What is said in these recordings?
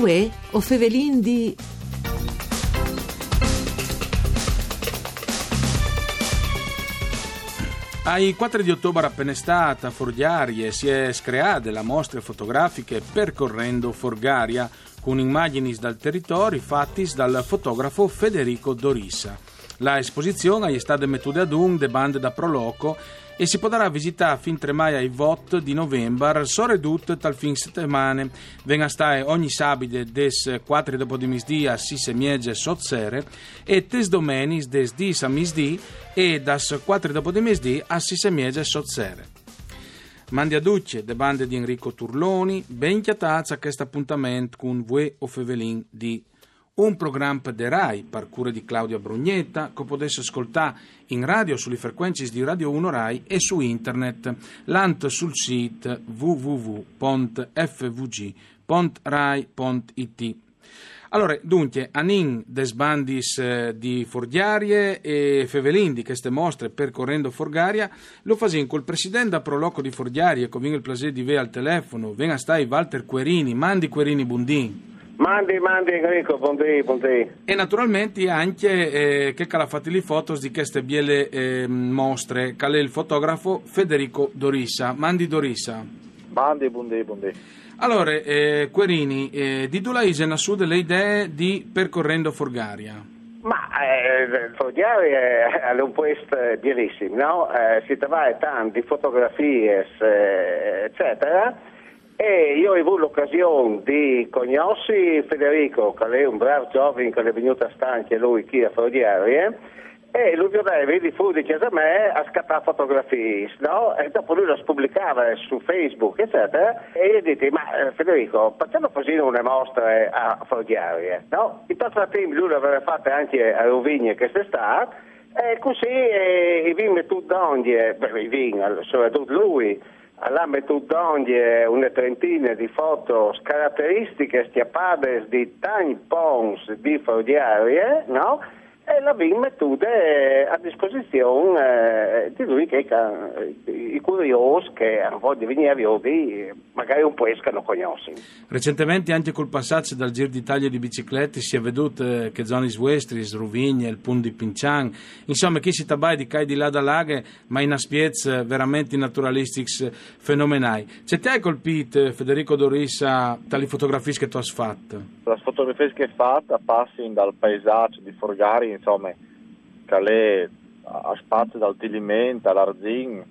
Uè, o Fevelin di... Ai 4 di ottobre appena stata a Forghiarie si è screata la mostra fotografiche Percorrendo Forghiaria con immagini dal territorio fatti dal fotografo Federico Dorissa. La esposizione è stata messa ad un de bande da Proloco e si potrà visitare fin 3 mai ai vot di novembre, soredut tal fin settimane. Venga stare ogni sabato des 4 dopo di misdì a 6:30 sotsere e tes domenis des 10 a misdì e das 4 dopo di misdì a 6:30 sotsere. Mandi a duce de bande di Enrico Turloni, ben chiatazza a questo appuntamento con Vue o Fevelin di un programma de Rai, per cura di Claudia Brugnetta, che potesse ascoltare in radio sulle frequenze di Radio 1 Rai e su internet, l'ant sul sito www.fvg.rai.it. Allora, dunque, Anin des bandis di Forghiarie e Fevelin di queste mostre Percorrendo Forghiaria lo fasin col presidente da Proloco di Forghiarie, che viene il piacere di ve al telefono, venga stai Walter Querini, mandi Querini Bundin. Mandi Enrico, buondì. E naturalmente anche che ha fatto le foto di queste biele mostre, che è il fotografo Federico Dorissa. Mandi Dorissa. Mandi, buondì. Allora, Querini, di dove hai nascute delle idee di Percorrendo Forghiaria? Ma Forghiaria è un posto bellissimo, no? Si trova tante fotografie, eccetera. E io ho avuto l'occasione di conoscere Federico, che è un bravo giovane che è venuto a stare anche lui qui a Forghiarie, e lui vedi fu di casa a me a scattare fotografie, no? E dopo lui le pubblicava su Facebook, eccetera, e io ho detto, ma Federico, facciamo così una mostra a Forghiarie, no? In passato tempo lui l'aveva fatta anche a Rovigno quest'estate, e così vinme tutto d'ogni, soprattutto lui, alla metodologia una trentina di foto caratteristiche stiappate di tanti pons di Forghiarie, no? E la abbiamo messa a disposizione di lui che i curiosi che vogliono venire a vedere magari un po' escano conoscono. Recentemente anche col passaggio dal Giro d'Italia di biciclette si è veduto che zone Westris, Rovigna, il Pun di Pincian, insomma chi si tabai di cai di là da laghe, ma in aspiez veramente naturalistici fenomenali. C'è te hai colpito Federico Dorissa tali fotografie che tu hai fatto? Le fotografie che hai fatto passano dal paesaggio di Forghiaria, insomma, che è a spazio dal Tilimento, all'Arzin,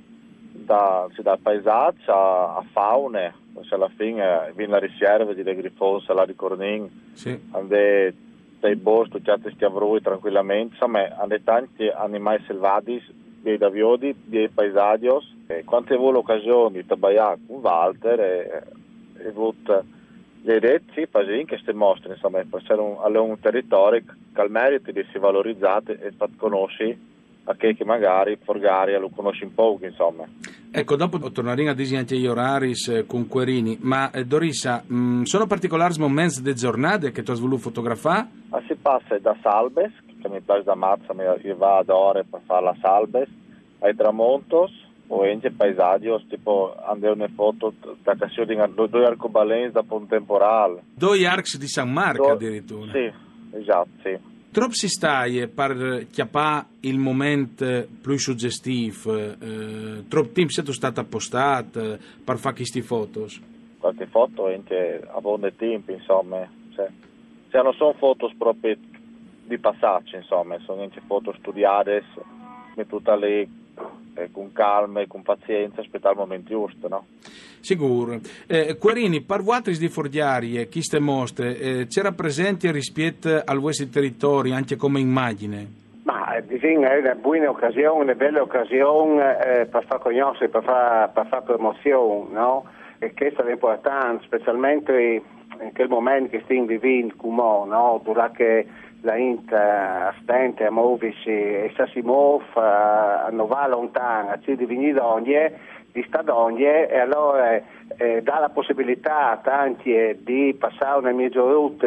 dal paesaggio a faune, cioè alla fine viene la riserva di Le Grifons, la di Cornin, sì. Ande dei boschi, certi schiavrui tranquillamente, insomma, hanno tanti animali selvatici, dei daviodi, dei paesaggi, e quante avevo l'occasione di tabbaiare con Walter e avuto le idee che queste mostre, insomma, per essere un territorio che ha il merito di essere valorizzato e far conoscere a chi che magari Forghiaria lo conosce un po', insomma. Ecco, dopo torneremo a dire anche gli orari con Querini, ma Dorissa, sono particolari momenti delle giornate che tu hai voluto fotografare? Si passa da Salbes, che mi piace da mazza, io vado ad ore per fare la Salbes, ai tramontos, o anche paesaggi, tipo andare una foto da Cassiodina, 2 arcobaleni da Pontemporale. 2 arcs di San Marco addirittura. Sì, esatto, sì. Troppo si stai per chiappare il momento più suggestivo, troppo tempo sei stato appostato per fare queste foto? Qualche foto anche a buon tempo, insomma, cioè, non sono foto proprio di passaggio, insomma, sono anche foto studiate, mettute lì con calma e con pazienza, aspettare il momento giusto, no? Sicuro. Querini, per voi di Forghiarie, queste mostre, c'era presente rispetto al vostro territorio anche come immagine? Ma disegna è una buona occasione, una bella occasione per far conoscere, per far promozione, no? E questo è importante, specialmente in quel momento che stiamo vivendo come, no? Durante la Inter stente a muoversi e si muove, non va lontano, ci di venire di sta d'ogni, e allora dà la possibilità a tanti di passare una route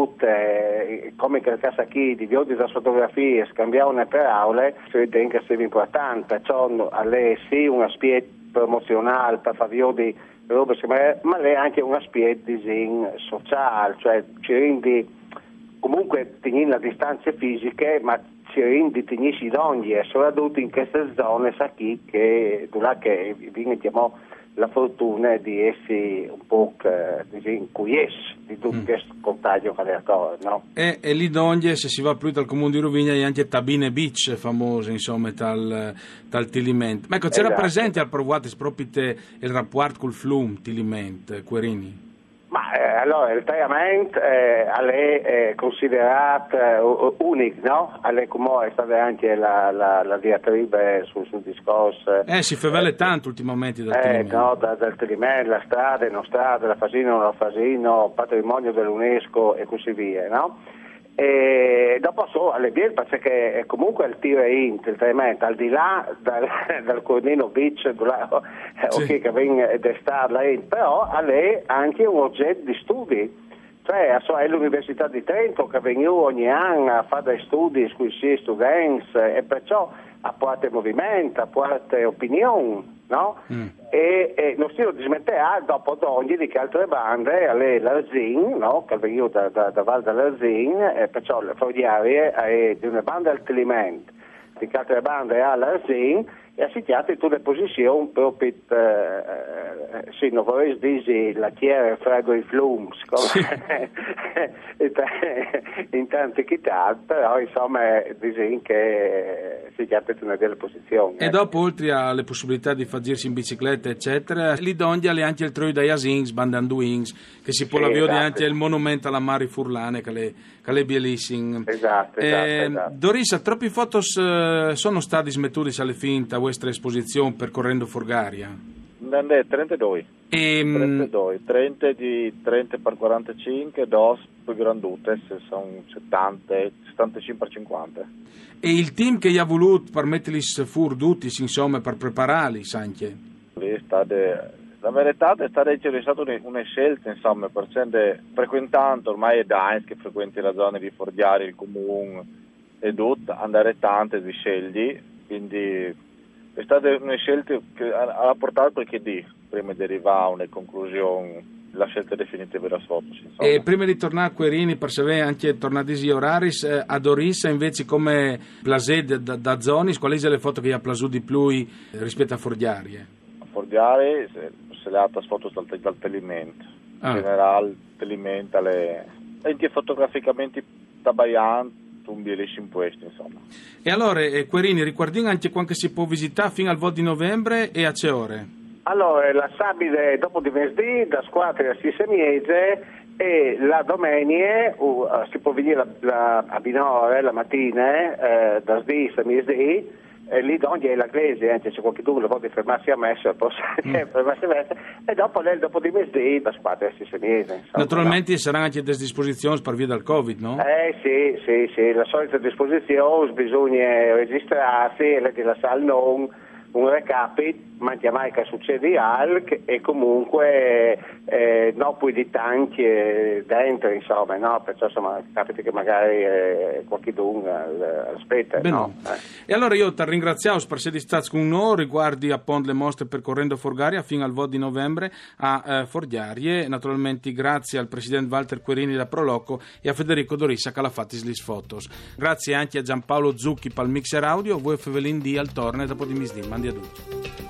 come che casa qui, di vedere le fotografie, scambiare una parole, si ritiene che sia importante, perciò è sì un aspetto promozionale per far vedere ma è anche un aspetto sociale, cioè ci rendi comunque tenere le distanze fisiche, ma ci rendi tenisci d'ogni, e soprattutto in queste zone sa chi che abbiamo la fortuna di essere un po' incuriesi di tutto questo contagio che è accorto, no? E lì d'ogni, se si va più dal comune di Rovigna, c'è anche Tabine Beach famoso, insomma, tal Tiliment. Ma ecco, c'era presente al provato proprio il rapporto col Flum Tiliment, Querini? Ma allora il tagliamento è considerato unico, no? Come è stata anche la diatriba sul discorso. Si favela tanto ultimamente dal Tiliment. No, dal Tiliment, la strada, non strada, la Fasino, non la Fasino, patrimonio dell'UNESCO e così via, no? E dopo alle birre, perché comunque il tiro il tagliamento, al di là dal Cornino Beach, che viene d'estarla, però è anche un oggetto di studi. Cioè, è l'Università di Trento che viene ogni anno a fare dei studi sui suoi studenti e perciò apporta movimento, apporta opinione, no? E non si dismetterà dopo ogni di che altre bande, l'Arzin, no? Che veniva da Val dell'Arzin, e perciò le Foggiarie è di una banda al Tiliment, di che altre bande all'Arzin, e assicciate in tutte le posizioni proprio sì, non vorrei dire la chiara frego i flums in tante chitarre, però insomma dicono che si chiama una delle posizioni. E dopo, oltre alle possibilità di farsi in bicicletta eccetera, lì donde alle anche il Troi da Jasins, Bandanduings, che si può avere anche il monumento alla Mari Furlane che è bellissimo. Esatto. Dorissa, troppi fotos sono stati smettuti alle finte a vostra esposizione percorrendo Forgaria? 32. 30 di 30 per 45, dos più grandute, sono 70, 75 per 50. E il team che gli ha voluto permetterli tutti, insomma, per prepararli, anche? La verità è stata una scelta, insomma, perché frequentando ormai è da anni che frequenti la zona di Forgiari, il comune e tutto, andare tante di scegli, quindi è stata una scelta che ha portato qualche dì prima di arrivare a una conclusione, la scelta definitiva della foto. E prima di tornare a Querini, per sapere anche tornati oraris, a Dorissa invece come plasè da Zonis, quali sono le foto che gli ha plasuto di più rispetto a Forgiari? A Forgiari se le altre foto dal Tiliment, in generale Tiliment anche fotograficamente tabaglianti, un bellissimo questo, insomma. E allora, Querini, ricordiamo anche quando si può visitare fino al voto di novembre e a che ore? Allora, la sabide dopo di venerdì, da 4 a 6 e la domenica si può venire a Binore la mattina, da 10 a mezzì, e lì donde è la Glese, anche se qualcuno vuole fermarsi a messa, e dopo di mezzì, da 4 a 6 Naturalmente no? Saranno anche delle disposizioni per via del Covid, no? Sì, la solita disposizione, bisogna registrarsi, e la sala non un recapit, ma mai che succede altro, e comunque no poi di tanti dentro, insomma, no? Perciò insomma capita che magari qualcuno aspetta. No? E allora io ti ringraziamo per essere stato con noi riguardi appunto le mostre percorrendo Forgaria fino al voto di novembre a Forgiarie. Naturalmente grazie al presidente Walter Querini da Proloco e a Federico Dorissa che l'ha fatto le fotos. Grazie anche a Giampaolo Zucchi per il mixer audio, voi Fevelin di al torne dopo di misdì. Mandi a tutti.